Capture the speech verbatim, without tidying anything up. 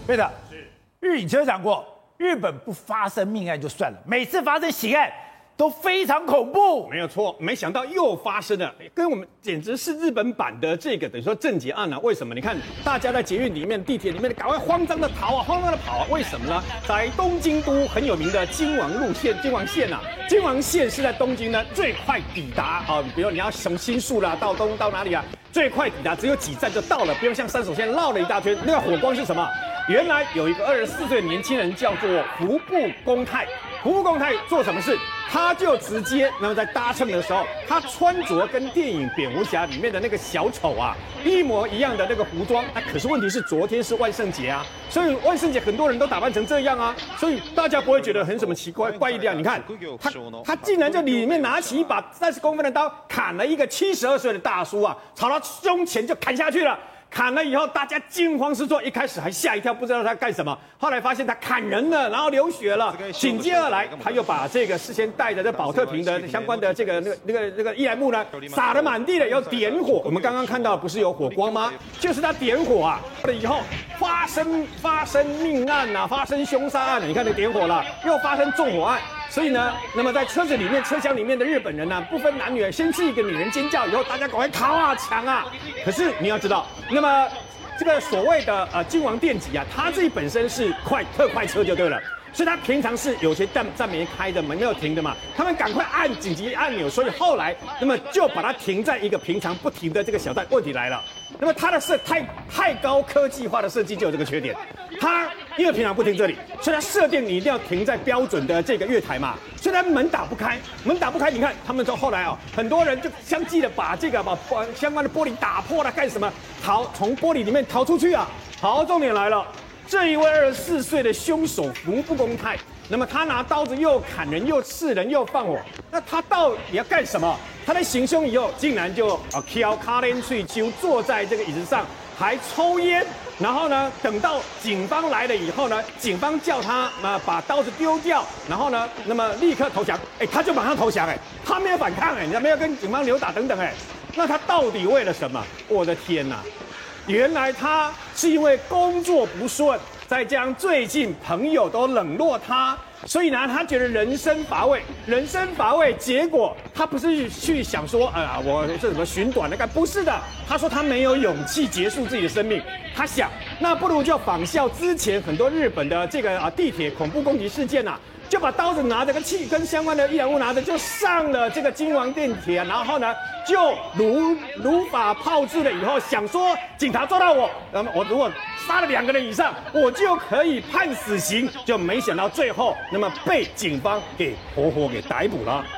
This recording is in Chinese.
对的，日以前讲过，日本不发生命案就算了，每次发生刑案都非常恐怖。 没有错，没想到又发生了，跟我们简直是日本版的这个等于说郑捷案啊。为什么？你看大家在捷运里面、地铁里面赶快慌张的逃啊，慌张的跑啊。为什么呢？在东京都很有名的京王路线、京王线啊，京王线是在东京呢最快抵达啊。比如你要从新宿啦到东到哪里啊，最快抵达只有几站就到了，不用像山手线绕了一大圈。那个火光是什么？原来有一个二十四岁的年轻人叫做服部公泰，服部公泰做什么事？他就直接，那么在搭乘的时候，他穿着跟电影蝙蝠侠里面的那个小丑啊一模一样的那个服装。那可是问题是昨天是万圣节啊，所以万圣节很多人都打扮成这样啊，所以大家不会觉得很什么奇怪怪异的。你看他他竟然就里面拿起一把三十公分的刀，砍了一个七十二岁的大叔啊，朝他胸前就砍下去了。砍了以后，大家惊慌失措，一开始还吓一跳，不知道他干什么。后来发现他砍人了，然后流血了。紧接而来，他又把这个事先带着这保特瓶的相关的这个那个那个那个易来木呢，撒得满地的，要点火。我们刚刚看到不是有火光吗？就是他点火啊，了以后发生发生命案啊，发生凶杀案。你看，你点火了，又发生纵火案。所以呢，那么在车子里面、车厢里面的日本人呢，不分男女，先是一个女人尖叫，以后大家赶快逃啊、抢啊。可是你要知道，那么这个所谓的呃京王电击啊，它自己本身是快特快车就对了。所以他平常是有些站站没开的，门没有停的嘛，他们赶快按紧急按钮，所以后来那么就把它停在一个平常不停的这个小站。问题来了，那么它的设太太高科技化的设计就有这个缺点，它因为平常不停这里，所以它设定你一定要停在标准的这个月台嘛，所以它门打不开，门打不开，你看他们到后来哦，很多人就相继的把这个把相关的玻璃打破了，干什么？逃从玻璃里面逃出去啊！好，重点来了。这一位二十四岁的凶手服部公泰，那么他拿刀子又砍人又刺人又放火，那他到底要干什么？他在行凶以后，竟然就啊挑卡连睡就坐在这个椅子上，还抽烟。然后呢，等到警方来了以后呢，警方叫他啊把刀子丢掉，然后呢，那么立刻投降。哎，他就马上投降，哎，他没有反抗，哎，你没有跟警方扭打等等，哎，那他到底为了什么？我的天哪！原来他是因为工作不顺，再加上最近朋友都冷落他，所以呢，他觉得人生乏味，人生乏味。结果他不是去想说，哎呀，我这什么寻短的干，不是的。他说他没有勇气结束自己的生命，他想，那不如就仿效之前很多日本的这个啊地铁恐怖攻击事件呐、啊。就把刀子拿着，跟气跟相关的易燃物拿着，就上了这个京王电铁，然后呢，就如如法炮制了以后，想说警察抓到我，那么我如果杀了两个人以上，我就可以判死刑，就没想到最后，那么被警方给活活给逮捕了。